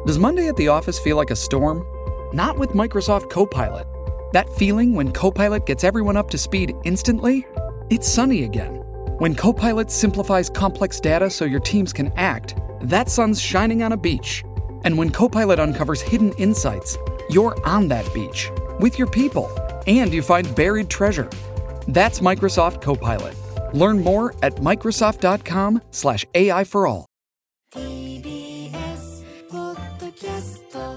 Does Monday at the office feel like a storm? Not with Microsoft Copilot. That feeling when Copilot gets everyone up to speed instantly? It's sunny again. When Copilot simplifies complex data so your teams can act, that sun's shining on a beach. And when Copilot uncovers hidden insights, you're on that beach with your people, and you find buried treasure. That's Microsoft Copilot. Learn more at Microsoft.com/AI for all. TBS ポッドキャスト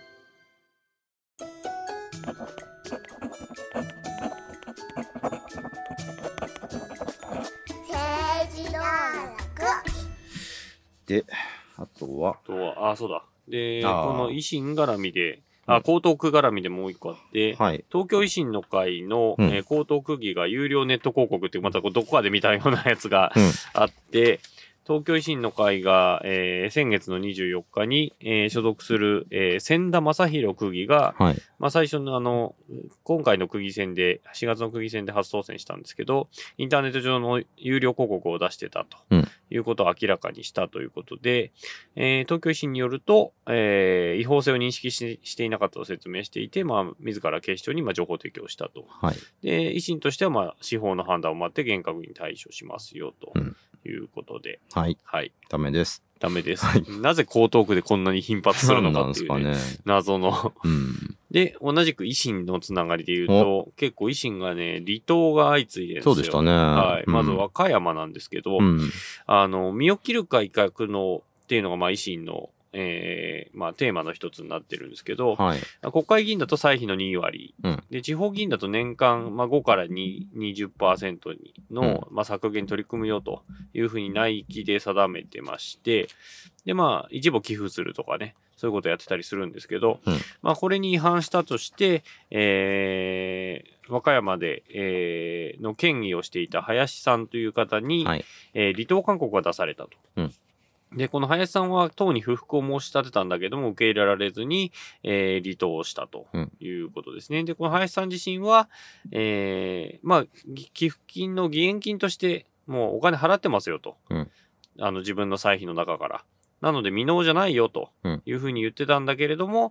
政治道楽で、あとは、 そうだ。で、 あーこの維新絡みで、江東区絡みでもう一個あって、 はい。 東京維新の会の、 うん江東区議が有料ネット広告っていう、またこうどこかで見たようなやつがうんあって、東京維新の会が、先月の24日に、所属する、千田正宏区議が、 はい。 最初の今回の区議選で、4月の区議選で初当選したんですけど、インターネット上の有料広告を出してたとうんいうことを明らかにしたということで、東京維新によると、違法性を認識していなかったと説明していて、自ら警視庁に情報提供したと。 はい。 で、維新としては司法の判断を待って厳格に対処しますよとうんいうことで、 はい。 はい、 ダメです。 ダメです。 はいなぜ江東区でこんなに頻発するのかっていう、 なんですかね。 謎の。 うん。 で、同じく維新のつながりで言うと、結構維新がね、離党が相次いでるんですよ。 そうでしたね。 はい。 うんまず和歌山なんですけど、 うん。 身を切る改革のっていうのが維新の、テーマの一つになってるんですけど、 はい。 国会議員だと歳費の2割、 うんで、地方議員だと年間、5から20% の、削減に取り組むよというふうに内規で定めてまして、で、一部寄付するとかね、そういうことをやってたりするんですけど、これに違反したとして、和歌山で、の県議をしていた林さんという方に、 はい。 離党勧告が出されたと。 うんで、この林さんは党に不服を申し立てたんだけども、受け入れられずに、離党をしたということですね。で、この林さん自身は、寄付金の義援金として、もうお金払ってますよと。 うん自分の歳費の中から。なので未納じゃないよというふうに言ってたんだけれども、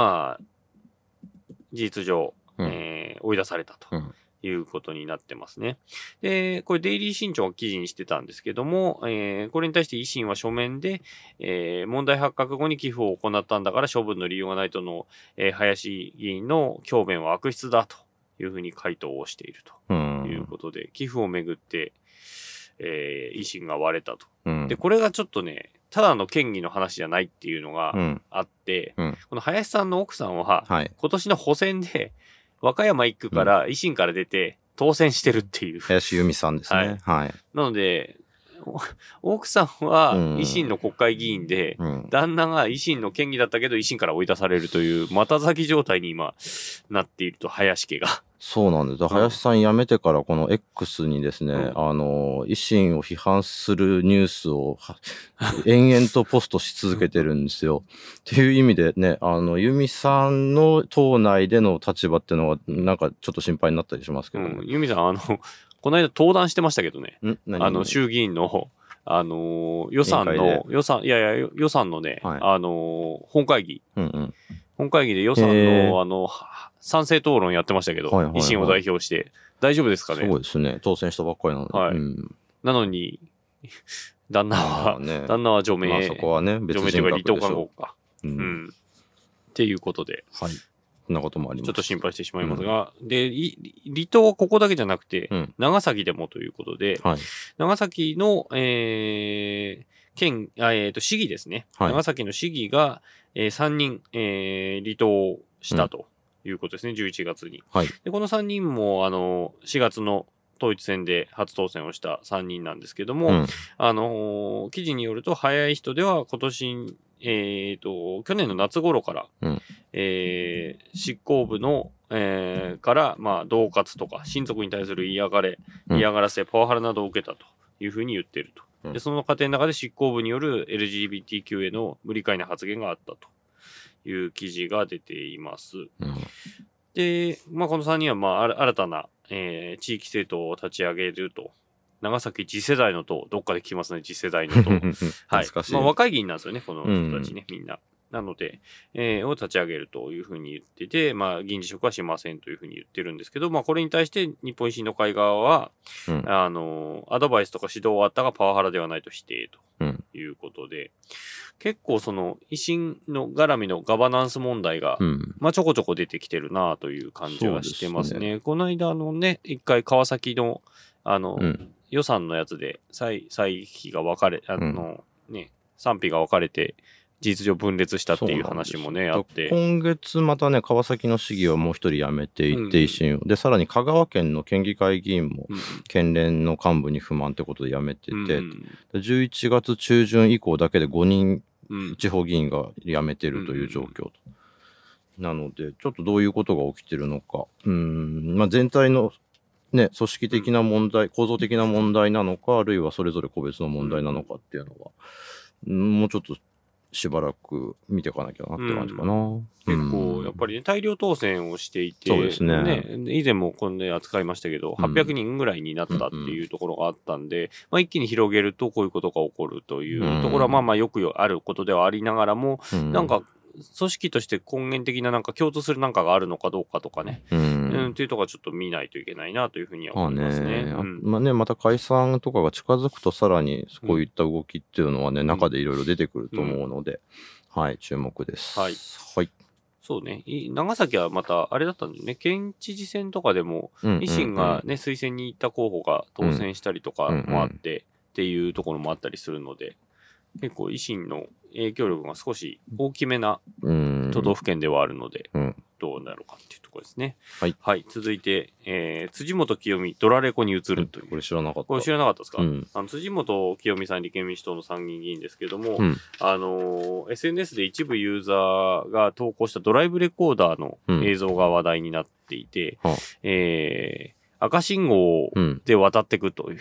事実上、追い出されたと。いうことになってますね。で、これデイリー新潮が記事にしてたんですけども、これに対して維新は書面で、問題発覚後に寄付を行ったんだから処分の理由がないとの、林議員の強弁は悪質だというふうに回答をしているということで、寄付をめぐって、維新が割れたと。で、これがちょっとね、ただの県議の話じゃないっていうのがあって、この林さんの奥さんは、 はい。 今年の補選で、和歌山1区から維新から出て当選してるっていう。 林由美さんですね。はい。 なので、奥さんは維新の国会議員で、旦那が維新の県議だったけど維新から追い出されるという、股咲き状態に今なっていると、林家が。 そうなんです。林さん辞めてからこの X にですね、維新を批判するニュースを延々とポストし続けてるんですよ。っていう意味でね、由美さんの党内での立場っていうのはなんかちょっと心配になったりしますけど、 由美さん、この間登壇してましたけどね。衆議院の、予算のね、本会議。本会議で予算の、賛成討論やってましたけど、維新を代表して、大丈夫ですかね。 そうですね。当選したばっかりなので。 はい。なのに、旦那は除名。 そこはね、別除名というか離党勧告か。っていうことで。 はい。そんなこともあります。 ちょっと心配してしまいますが、で、離党はここだけじゃなくて、長崎でもということで、長崎の、市議ですね。長崎の市議が、3人、離党したということですね、11月に。で、この3人も、4月の統一選で初当選をした3人なんですけども、記事によると、早い人では今年、去年の夏頃から、執行部の、から、恫喝とか、親族に対する嫌がらせ、パワハラなどを受けたというふうに言っていると。で、その過程の中で執行部による LGBTQ への無理解な発言があったという記事が出ています。で、この3人は、新たな、地域政党を立ち上げると。長崎次世代の党、どっかで聞きますね、次世代の党。はい。若い議員なんですよね、この人たちね、みんな。 なので、を立ち上げるというふうに言ってて、まあ、議員辞職はしませんというふうに言ってるんですけど、まあ、これに対して日本維新の会側は、アドバイスとか指導はあったがパワハラではないと否定ということで、結構その維新の絡みのガバナンス問題が、まあ、ちょこちょこ出てきてるなという感じはしてますね。この間一回川崎の、予算のやつで歳費が分かれ、賛否が分かれて、事実上分裂したっていう話もね、あって。 今月またね、川崎の市議はもう一人辞めていて、維新を。で、さらに香川県の県議会議員も、県連の幹部に不満ってことで辞めてて、11月中旬以降だけで5人、地方議員が辞めてるという状況。なので、ちょっとどういうことが起きてるのか。まあ、全体のね、組織的な問題、構造的な問題なのか、あるいはそれぞれ個別の問題なのかっていうのは、もうちょっとしばらく見ていかなきゃなって感じかな。 結構、やっぱりね、大量当選をしていて、 そうですね。 以前もこんな扱いましたけど、800人ぐらいになったっていうところがあったんで、まあ一気に広げるとこういうことが起こるというところは、まあまあよくあることではありながらも、なんか、組織として根源的ななんか共通するなんかがあるのかどうかとかね、っていうところはちょっと見ないといけないなというふうには思いますね。 まあね、また解散とかが近づくとさらにこういった動きっていうのはね、中でいろいろ出てくると思うので、はい、注目です。 はい。そうね。長崎はまた、あれだったんだよね。県知事選とかでも、維新がね、推薦に行った候補が当選したりとかもあって、っていうところもあったりするので、結構維新の影響力が少し大きめな都道府県ではあるので、どうなるかっていうところですね。はい。続いて、辻元清美、ドラレコに移るという。 これ知らなかった。 これ知らなかったですか？辻元清美さん、立憲民主党の参議院議員ですけども、SNS で一部ユーザーが投稿したドライブレコーダーの映像が話題になっていて、赤信号で渡っていくという、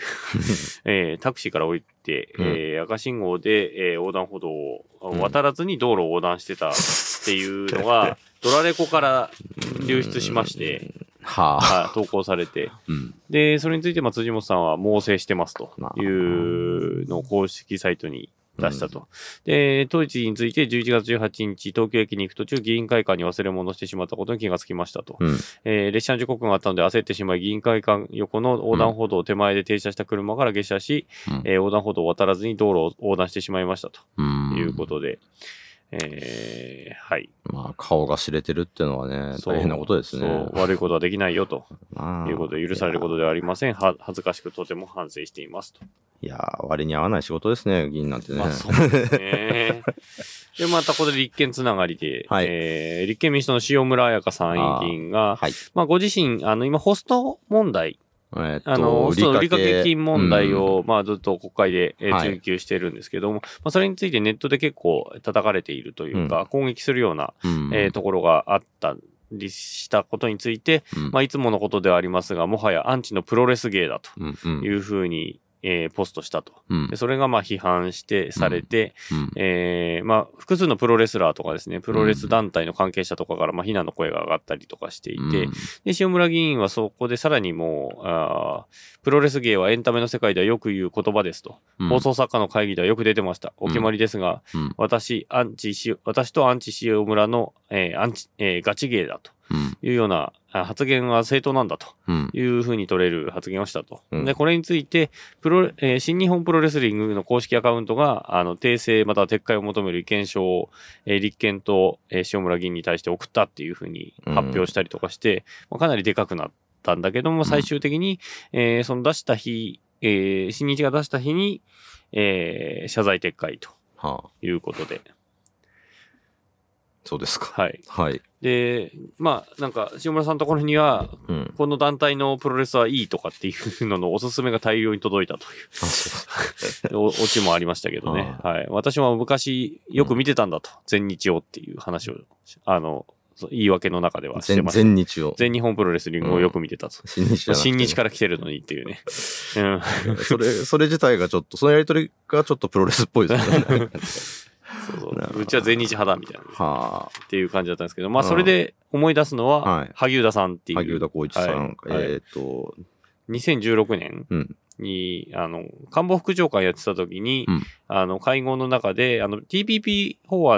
タクシーから降りて、赤信号で、横断歩道を渡らずに道路を横断してたっていうのが、ドラレコから流出しまして、投稿されて、で、それについて辻元さんは猛省してますというのを公式サイトに出したと。で、当時について11月18日、東京駅に行く途中、議員会館に忘れ物をしてしまったことに気がつきましたと。列車の時刻があったので焦ってしまい、議員会館横の横断歩道を手前で停車した車から下車し、横断歩道を渡らずに道路を横断してしまいましたということで、はい。 まあ、顔が知れてるっていうのはね、大変なことですね。 悪いことはできないよということで許されることではありません。恥ずかしくとても反省していますと。 いやー、割に合わない仕事ですね、議員なんてね。 まあ、そうですね。で、またここで立憲つながりで、立憲民主党の塩村彩香参院議員が、まあ、ご自身、今、ホスト問題、利掛金問題を、まあ、ずっと国会で追及してるんですけども、まあ、それについてネットで結構叩かれているというか、攻撃するような、ところがあったりしたことについて、まあ、いつものことではありますが、もはやアンチのプロレス芸だというふうに、ポストしたと。でそれがまあ批判してされて、まあ複数のプロレスラーとかですね、プロレス団体の関係者とかからまあ非難の声が上がったりとかしていて、で塩村議員はそこでさらにもうプロレス芸はエンタメの世界ではよく言う言葉ですと。放送作家の会議ではよく出てました。お決まりですが、私とアンチ塩村の、ガチ芸だと。いうような発言は正当なんだというふうに取れる発言をしたと。で、これについて、新日本プロレスリングの公式アカウントが、訂正または撤回を求める意見書を、立憲と、塩村議員に対して送ったっていうふうに発表したりとかして、かなりでかくなったんだけども、最終的に、その出した日、新日が出した日に、謝罪撤回ということで。 そうですか。 はい。で、まあ、なんか、塩村さんのところには、この団体のプロレスはいいとかっていうののおすすめが大量に届いたという、オチもありましたけどね。はい。私は昔よく見てたんだと、全日をっていう話を、言い訳の中ではしてました。 全日を。 全日本プロレスリングをよく見てたと。新日から来てるのにっていうね。 それ自体がちょっと、そのやりとりがちょっとプロレスっぽいですよね。 うちは全日派だみたいな。っていう感じだったんですけど、まあそれで思い出すのは、萩生田さんっていう。 萩生田光一さん。 2016年に、官房副長官やってた時に、会合の中で、TPP 法案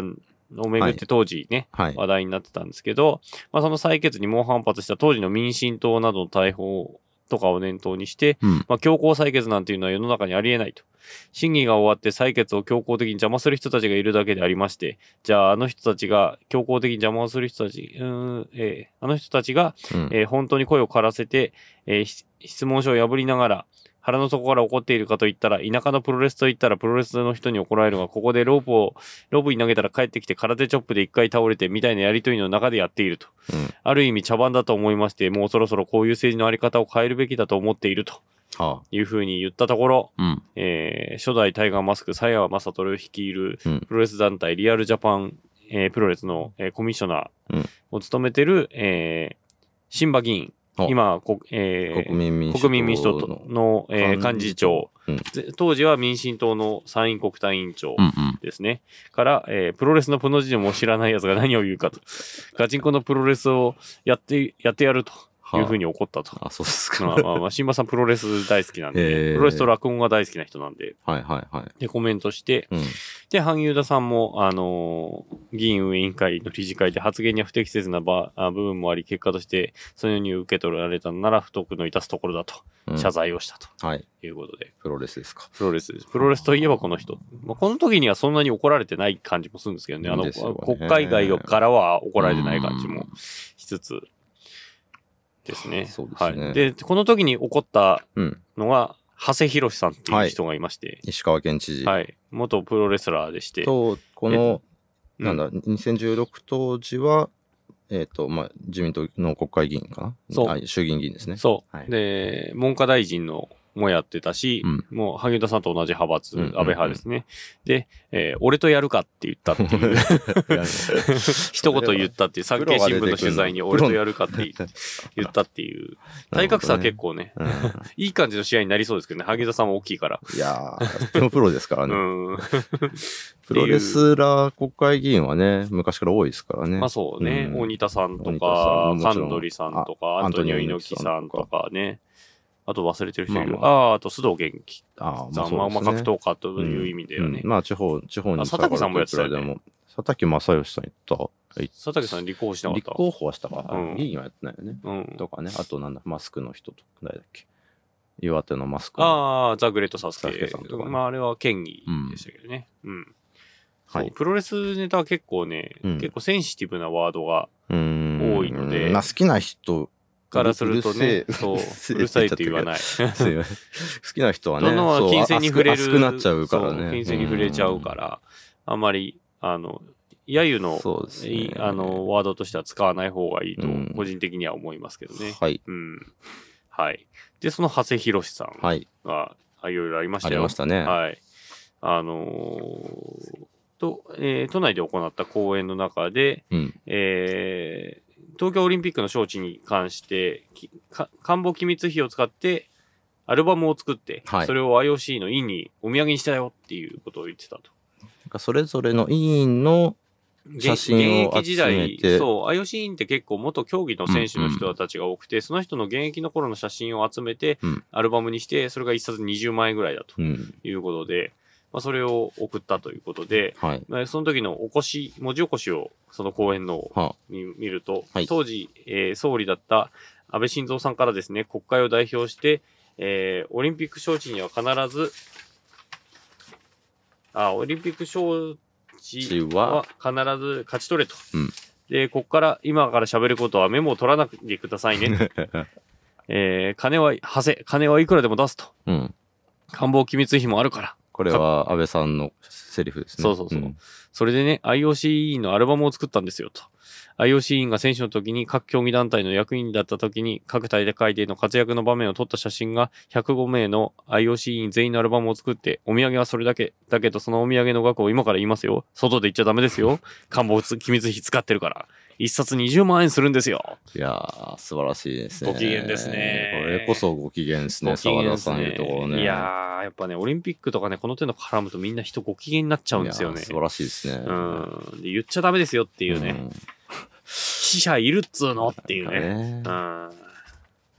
をめぐって当時ね、 はい、 話題になってたんですけど、まあ、その採決に猛反発した当時の民進党などの対応とかを念頭にして、まあ、強行採決なんていうのは世の中にありえないと。審議が終わって採決を強行的に邪魔する人たちがいるだけでありまして、じゃああの人たちが強行的に邪魔をする人たち、あの人たちが、本当に声を枯らせて、質問書を破りながら、腹の底から怒っているかと言ったら、田舎のプロレスと言ったらプロレスの人に怒られるが、ここでロープに投げたら帰ってきて空手チョップで一回倒れてみたいなやりとりの中でやっていると。ある意味茶番だと思いまして、もうそろそろこういう政治のあり方を変えるべきだと思っていると。いうふうに言ったところ、初代タイガーマスク、佐山正人率いるプロレス団体リアルジャパン、プロレスの、コミッショナーを務めている、新馬議員、今、国民民主党の、幹事長、当時は民進党の参院国対委員長ですね。から、プロレスのプの字でも知らない奴が何を言うかと。ガチンコのプロレスをやってやると。いうふうに怒ったと。 そうですか。 まあ、新馬さんプロレス大好きなんで、プロレスと落語が大好きな人なんで、で、コメントして、で、萩生田さんも、議員運営委員会の理事会で発言には不適切な部分もあり、結果として、そのように受け取られたなら不徳の致すところだと、謝罪をしたと。いうことで。 プロレスですか。 プロレスです。プロレスといえばこの人。まあ、この時にはそんなに怒られてない感じもするんですけどね。国会外からは怒られてない感じもしつつ、ですね。 そうですね。 はい。で、この時に起こったのが、長谷博さんっていう人がいまして。 石川県知事。 はい。元プロレスラーでして。 この、2016当時は、まあ、自民党の国会議員かな。そう。衆議院議員ですね。 そう。で、文科大臣のもやってたし、もう萩生田さんと同じ派閥、安倍派ですね。で、俺とやるかって言ったっていう一言言ったっていう、産経新聞の取材に俺とやるかって言ったっていう。体格差は結構ね、いい感じの試合になりそうですけどね、萩生田さんも大きいから。 いやー、でもプロですからね。プロレスラー国会議員はね、昔から多いですからね。 まあそうね、大仁田さんとか、神取さんとか、アントニオ猪木さんとかね。あと忘れてる人いる。あと須藤元気さん。まあ格闘家という意味ではね。 まあ地方に。 佐竹さんもやってたよね。 佐竹正義さん言った。 佐竹さん立候補しなかった。 立候補はしたか。議員はやってないよね。とかね。あとなんだ、マスクの人とか、誰だっけ。岩手のマスク。 ザ・グレート・サスケさんとか。まああれは県議でしたけどね。はい。プロレスネタは結構ね、結構センシティブなワードが多いので。 まあ好きな人からするとね、そう、うるさいって言わない。 好きな人はね、 金銭に触れる。 熱くなっちゃうからね。 金銭に触れちゃうから、あんまり、揶揄の、ワードとしては使わない方がいいと、個人的には思いますけどね。 はい。 はい。で、その長谷博さんが、いろいろありましたよ。 ありましたね。 はい。都内で行った講演の中で、東京オリンピックの招致に関して、官房機密費を使ってアルバムを作って、それを IOC の委員にお土産にしたよっていうことを言ってたと。 それぞれの委員の写真を集めて。現役時代、 そう、IOC 委員って結構元競技の選手の人たちが多くて、その人の現役の頃の写真を集めて、アルバムにして、それが一冊20万円ぐらいだということで、まあ、それを送ったということで、その時の文字起こしを、その講演の見ると、当時、総理だった安倍晋三さんからですね、国会を代表して、オリンピック招致には必ず、オリンピック招致は必ず勝ち取れと。で、今から喋ることはメモを取らないでくださいね。金はいくらでも出すと。官房機密費もあるから。 これは安倍さんのセリフですね。 そう。それでね、IOC 委員のアルバムを作ったんですよと。IOC 委員が選手の時に各競技団体の役員だった時に各大会での活躍の場面を撮った写真が105名の IOC 委員全員のアルバムを作って、お土産はそれだけ。だけどそのお土産の額を今から言いますよ。外で言っちゃダメですよ。官房機密費使ってるから。一冊20万円するんですよ。 いやー、素晴らしいですね。 ご機嫌ですね。 これこそご機嫌ですね、澤田さんいうところね。 いやー、やっぱね、オリンピックとかね、この手の絡むとみんな人ご機嫌になっちゃうんですよね。 素晴らしいですね。 で言っちゃダメですよっていうね。死者いるっつーのっていうね。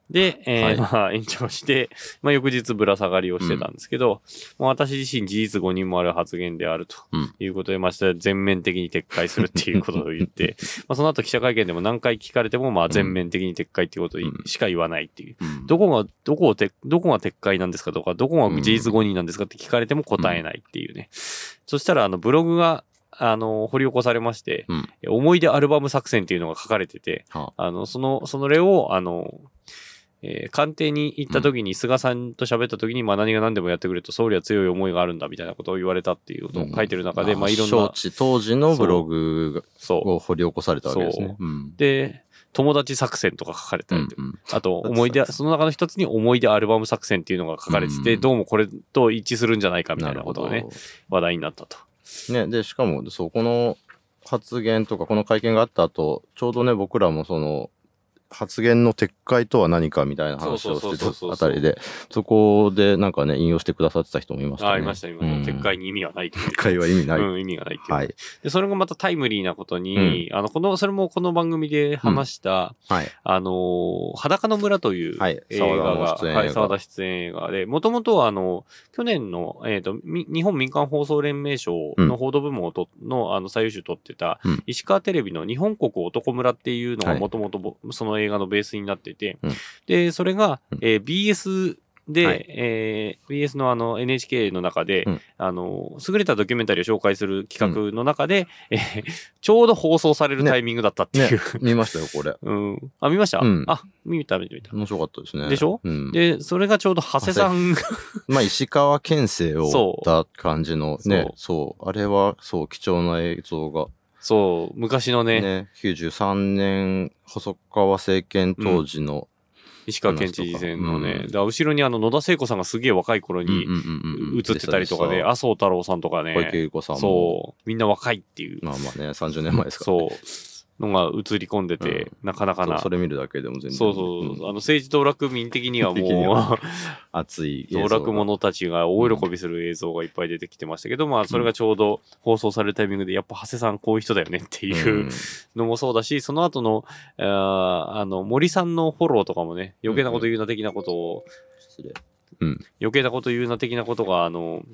で、 はいまあ延長して、まあ翌日ぶら下がりをしてたんですけど、まあ私自身事実誤認もある発言であるということで、まして全面的に撤回するっていうことを言って、まあその後記者会見でも何回聞かれても、まあ全面的に撤回っていうことしか言わないっていう。どこが撤回なんですかとか、どこが事実誤認なんですかって聞かれても答えないっていうね。そしたらブログが、掘り起こされまして、思い出アルバム作戦っていうのが書かれてて、それを、官邸に行った時に菅さんと喋った時に、まあ何が何でもやってくれと、総理は強い思いがあるんだみたいなことを言われたっていうことを書いてる中で、まあいろんな。 招致当時のブログを掘り起こされたわけですね。 で、友達作戦とか書かれたり、あとその中の一つに思い出アルバム作戦っていうのが書かれてて、どうもこれと一致するんじゃないかみたいなことがね、話題になったと。 ね、で、しかも、この発言とか、この会見があった後、ちょうどね、僕らも発言の撤回とは何かみたいな話をしてたあたりで、そこでなんかね、引用してくださってた人もいましたね。 ありました、撤回に意味はない。 撤回は意味ない。 意味がないっていう。 はい。 で、それがまたタイムリーなことに、それもこの番組で話した、裸の村という映画が、沢田出演映画で、もともとは去年の、日本民間放送連盟賞の報道部門の最優秀取ってた、石川テレビの日本国男村っていうのがもともとその映画のベースになっていて、で、それが、BS で、BS のNHK の中で、優れたドキュメンタリーを紹介する企画の中で、ちょうど放送されるタイミングだったっていう。 見ましたよ、これ。 見ました？見た。 面白かったですね。 でしょ？で、それがちょうど長谷さんまあ、石川県政を追った感じのね、あれは、貴重な映像が。 昔のね。 93年、細川政権当時の、 石川県知事選のね、後ろに野田聖子さんがすげえ若い頃に映ってたりとかで、麻生太郎さんとかね、 小池百合子さんも。 みんな若いっていう。 まあまあね、30年前ですからね。 のが映り込んでて、なかなかな。 それ見るだけでも全然。 政治道楽民的にはもう、 熱い道楽者たちが大喜びする映像がいっぱい出てきてましたけど、まあ、それがちょうど放送されるタイミングで、やっぱ長谷さんこういう人だよねっていうのもそうだし、その後の、森さんのフォローとかもね、余計なこと言うな的なことを、余計なこと言うな的なことが、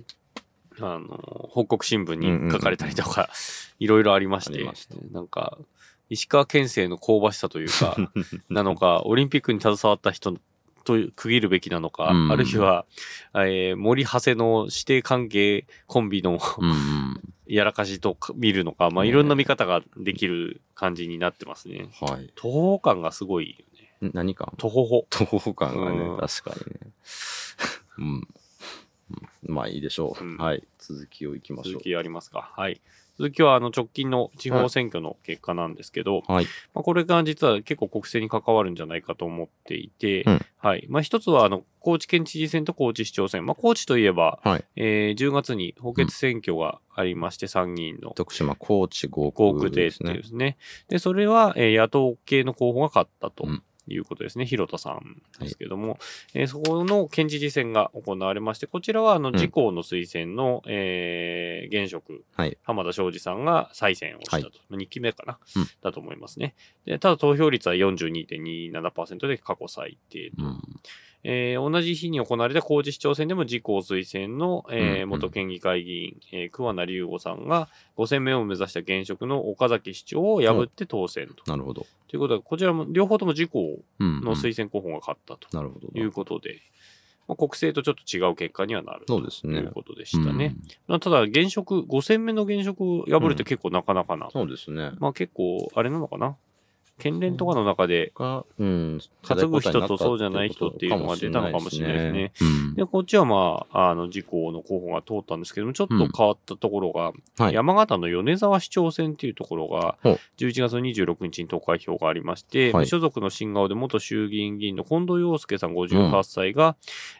北国新聞に書かれたりとか、いろいろありまして、なんか、石川県政の香ばしさというか、なのか、オリンピックに携わった人と区切るべきなのか、あるいは、森長谷の指定関係コンビのやらかしと見るのか、まあいろんな見方ができる感じになってますね。 はい。 徒歩感がすごいよね。何か徒歩感がね、確かにね。まあいいでしょう。はい。続きをいきましょう。 続きありますか。はい。続きは直近の地方選挙の結果なんですけど、まあ、これが実は結構国政に関わるんじゃないかと思っていて、はい。まあ一つは高知県知事選と高知市長選。まあ高知といえば、10月に補欠選挙がありまして、参議院の。 徳島高知合区でっていうですね。で、それは野党系の候補が勝ったと。いうことですね。広田さんですけども、そこの県知事選が行われまして、こちらは自公の推薦の、現職、浜田庄司さんが再選をしたと。2期目かな、だと思いますね。で、ただ投票率は 42.27% で過去最低と。同じ日に行われた高知市長選でも自公推薦の、元県議会議員、桑名龍吾さんが5選目を目指した現職の岡崎市長を破って当選と。 なるほど。 ということで、こちらも両方とも自公の推薦候補が勝ったということで、まあ、国政とちょっと違う結果にはなるということでしたね。ただ、現職、5選目の現職を破るって結構なかなかな。 そうですね。 まあ結構、あれなのかな。県連とかの中で、担ぐ人とそうじゃない人っていうのが出たのかもしれないですね。で、こっちはまあ、自公の候補が通ったんですけども、ちょっと変わったところが、山形の米沢市長選っていうところが、11月26日に投開票がありまして、所属の新顔で元衆議院議員の近藤洋介さん58歳が、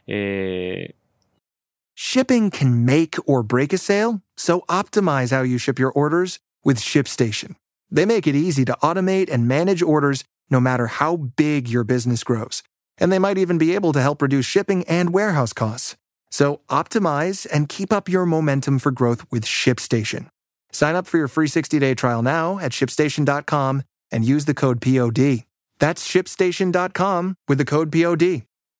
Shipping can make or break a sale, so optimize how you ship your orders with ShipStation.They make it easy to automate and manage orders no matter how big your business grows. And they might even be able to help reduce shipping and warehouse costs. So optimize and keep up your momentum for growth with ShipStation. Sign up for your free 60-day trial now at ShipStation.com and use the code POD. That's ShipStation.com with the code POD.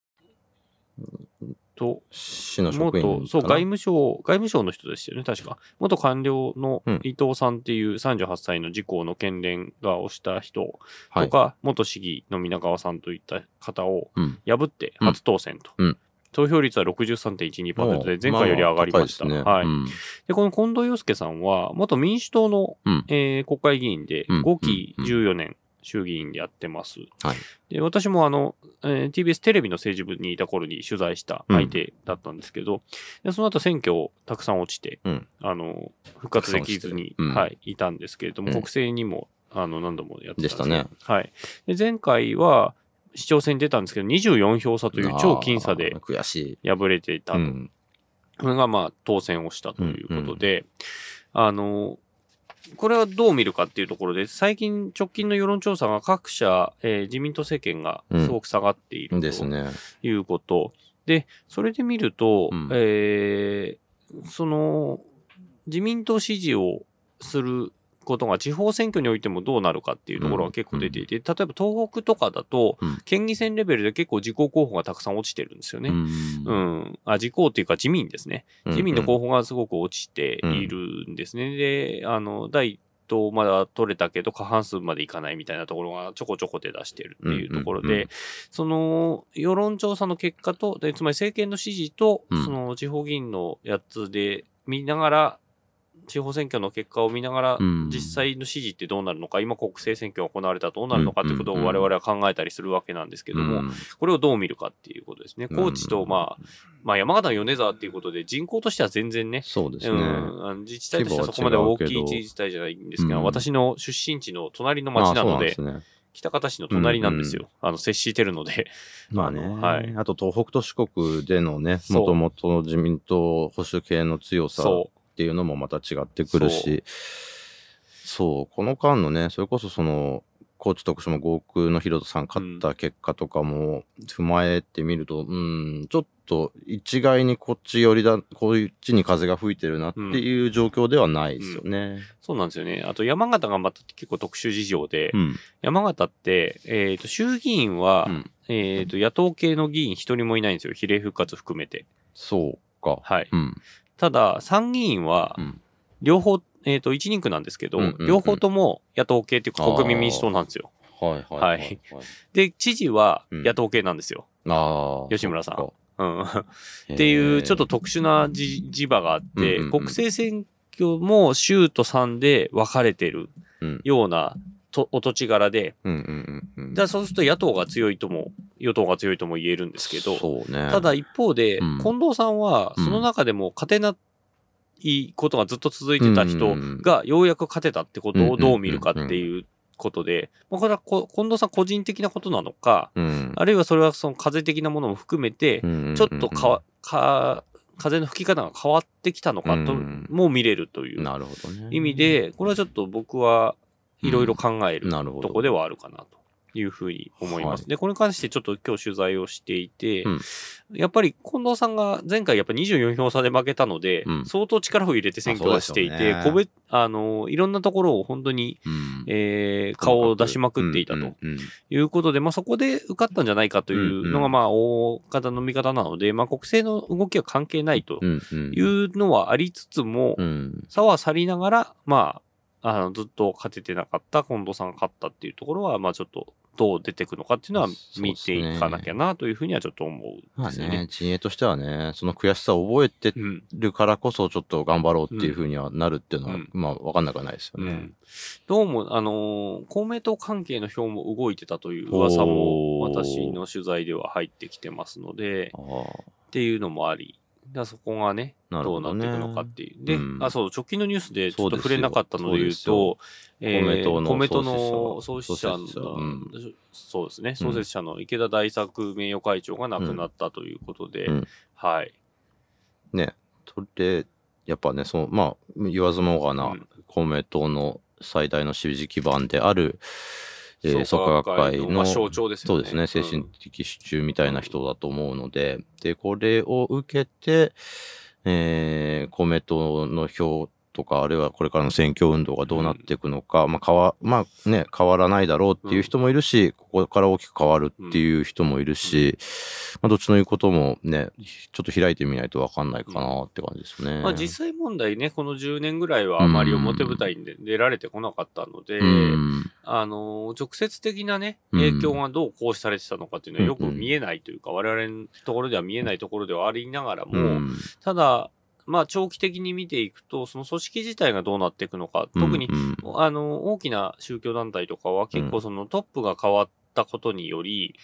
と、 市の職員かな。 そう、外務省の人でしたよね、確か。元官僚の伊藤さんっていう38歳の自公の県連が推した人とか、元市議の皆川さんといった方を破って初当選と。投票率は 63.12% で前回より上がりました。はい。で、この近藤洋介さんは、元民主党の、国会議員で、5期14年、衆議院でやってます。はい。で、私もTBS テレビの政治部にいた頃に取材した相手だったんですけど、でその後選挙をたくさん落ちて、復活できずに、はい、いたんですけれども、国政にも、何度もやってたんです。でしたね。はい。で、前回は、市長選に出たんですけど、24票差という超僅差で敗れていたと。それがまあ当選をしたということで、これはどう見るかっていうところで、最近直近の世論調査が各社、自民党政権がすごく下がっているということ。で、それで見ると、その自民党支持をすることが地方選挙においてもどうなるかっていうところが結構出ていて、例えば東北とかだと、県議選レベルで結構自公候補がたくさん落ちてるんですよね。自公っていうか自民ですね。自民の候補がすごく落ちているんですね。で、第一党まだ取れたけど過半数までいかないみたいなところがちょこちょこ手出してるっていうところで、その世論調査の結果と、つまり政権の支持と、その地方議員のやつで見ながら、地方選挙の結果を見ながら、実際の支持ってどうなるのか、今国政選挙が行われたらどうなるのかっていうことを我々は考えたりするわけなんですけども、これをどう見るかっていうことですね。高知と、まあ山形の米沢っていうことで人口としては全然ね、そうですね。自治体としてはそこまで大きい自治体じゃないんですけど、私の出身地の隣の町なので、北方市の隣なんですよ。接してるので。 まあね。はい。あと東北と四国でのね、もともとの自民党保守系の強さ。っていうのもまた違ってくるし、そう、この間のね、それこそ高知徳島5区の広田さん勝った結果とかも踏まえてみると、ちょっと一概にこっちに風が吹いてるなっていう状況ではないですよね。 そうなんですよね。あと山形がまた結構特殊事情で、山形って、衆議院は、野党系の議員一人もいないんですよ。比例復活含めて。 そうか。 はい。ただ、参議院は、両方、一人区なんですけど、両方とも野党系っていうか国民民主党なんですよ。はい。で、知事は野党系なんですよ。吉村さん。っていう、ちょっと特殊な磁場があって、国政選挙も州と3で分かれてるようなお土地柄で、そうすると野党が強いとも、与党が強いとも言えるんですけど、ただ一方で、近藤さんは、その中でも勝てないことがずっと続いてた人がようやく勝てたってことをどう見るかっていうことで、これは近藤さん個人的なことなのか、あるいはそれはその風的なものも含めて、ちょっと風の吹き方が変わってきたのかとも見れるという意味で、これはちょっと僕はいろいろ考えるとこではあるかなというふうに思います。で、これに関してちょっと今日取材をしていて、やっぱり近藤さんが前回やっぱ24票差で負けたので、相当力を入れて選挙をしていて、いろんなところを本当に、顔を出しまくっていたということで、そこで受かったんじゃないかというのが大方の見方なので、国政の動きは関係ないというのはありつつも、差は去りながら、ずっと勝ててなかった近藤さんが勝ったっていうところは、ちょっとどう出てくのかっていうのは見ていかなきゃなというふうにはちょっと思うんですね。 陣営としてはね、その悔しさを覚えてるからこそちょっと頑張ろうっていうふうにはなるっていうのは、わかんなくはないですよね。 どうも、公明党関係の票も動いてたという噂も私の取材では入ってきてますので、っていうのもあり、そこがね、どうなっていくのかっていう。で、直近のニュースでちょっと触れなかったので言うと、公明党の創設者の、そうですね、創設者の池田大作名誉会長が亡くなったということで、はい。 ね、それで、やっぱね、言わずもがな、公明党の最大の支持基盤である、創価学会の象徴ですよね。そうですね、精神的支柱みたいな人だと思うので、で、これを受けて、公明党の票とか、あるいはこれからの選挙運動がどうなっていくのか、変わらないだろうっていう人もいるし、ここから大きく変わるっていう人もいるし、どっちの言うこともね、ちょっと開いてみないと分かんないかなって感じですね。 実際問題ね、この10年ぐらいはあまり表舞台に出られてこなかったので、直接的なね、影響がどう行使されてたのかっていうのはよく見えないというか、我々のところでは見えないところではありながらも、ただ、長期的に見ていくと、その組織自体がどうなっていくのか、特に、大きな宗教団体とかは結構そのトップが変わったことにより、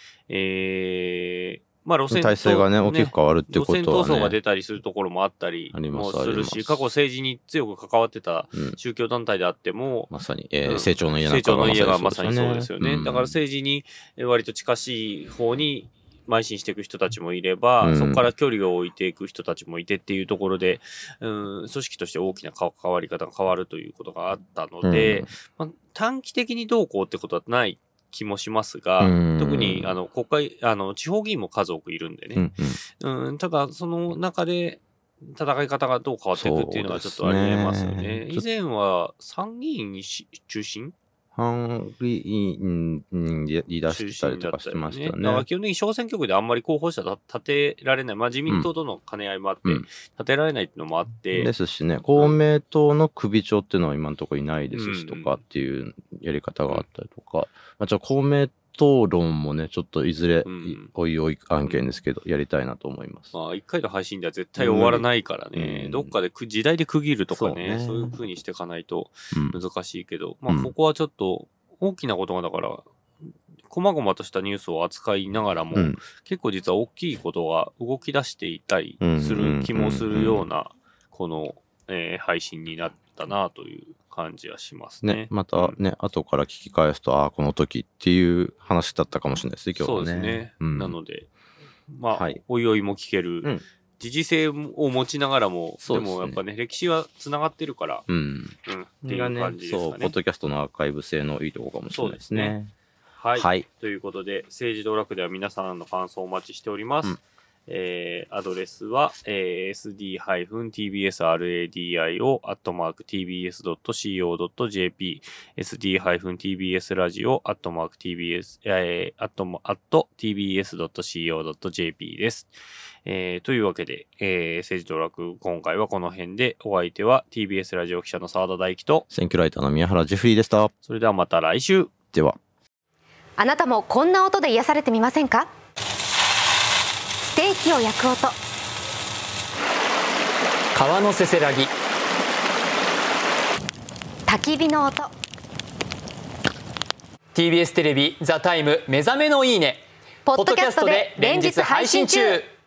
路線体制がね、大きく変わるってことはね。 路線闘争が出たりするところもあったりもするし、過去政治に強く関わってた宗教団体であっても、 まさに、成長の家がまさにそうですよね。だから政治に割と近しい方に邁進していく人たちもいれば、そこから距離を置いていく人たちもいてっていうところで、組織として大きな関わり方が変わるということがあったので、短期的にどうこうってことはない気もしますが、特に国会地方議員も数多くいるんでね、ただその中で戦い方がどう変わっていくっていうのはちょっとありえますよね。以前は参議院に中心参議院に言い出したりとかしてましたね。 だから基本的に小選挙区であんまり候補者立てられない、自民党との兼ね合いもあって、立てられないっていうのもあって。 ですしね、公明党の首長っていうのは今のところいないですしとかっていうやり方があったりとか、じゃあ公明討論もね、ちょっといずれ、おいおい案件ですけど、やりたいなと思います。 1回の配信では絶対終わらないからね、どっかで時代で区切るとかね、そういう風にしていかないと難しいけど、ここはちょっと大きなことがだから、細々としたニュースを扱いながらも、結構実は大きいことが動き出していたりする気もするような、この、配信になったなという感じはしますね。 またね、後から聞き返すと、この時っていう話だったかもしれないですね、今日はね。 そうですね。なので、おいおいも聞ける、時事性を持ちながらも、でもやっぱね、歴史は繋がってるから、っていう感じですかね。 そう、ポッドキャストのアーカイブ性のいいところかもしれないですね。 はい。ということで、政治道楽では皆さんの感想をお待ちしております。アドレスは、sd-tbsradio@tbs.co.jp sd-tbsradio@tbs.co.jp です。というわけで、政治道楽、今回はこの辺で、お相手は TBS ラジオ記者の澤田大樹と、 選挙ライターの宮原ジェフリーでした。 それではまた来週。 では。 あなたもこんな音で癒されてみませんか？ステーキを焼く音、 川のせせらぎ、 焚き火の音。 TBS テレビザタイム目覚めのいいねポッドキャストで連日配信中。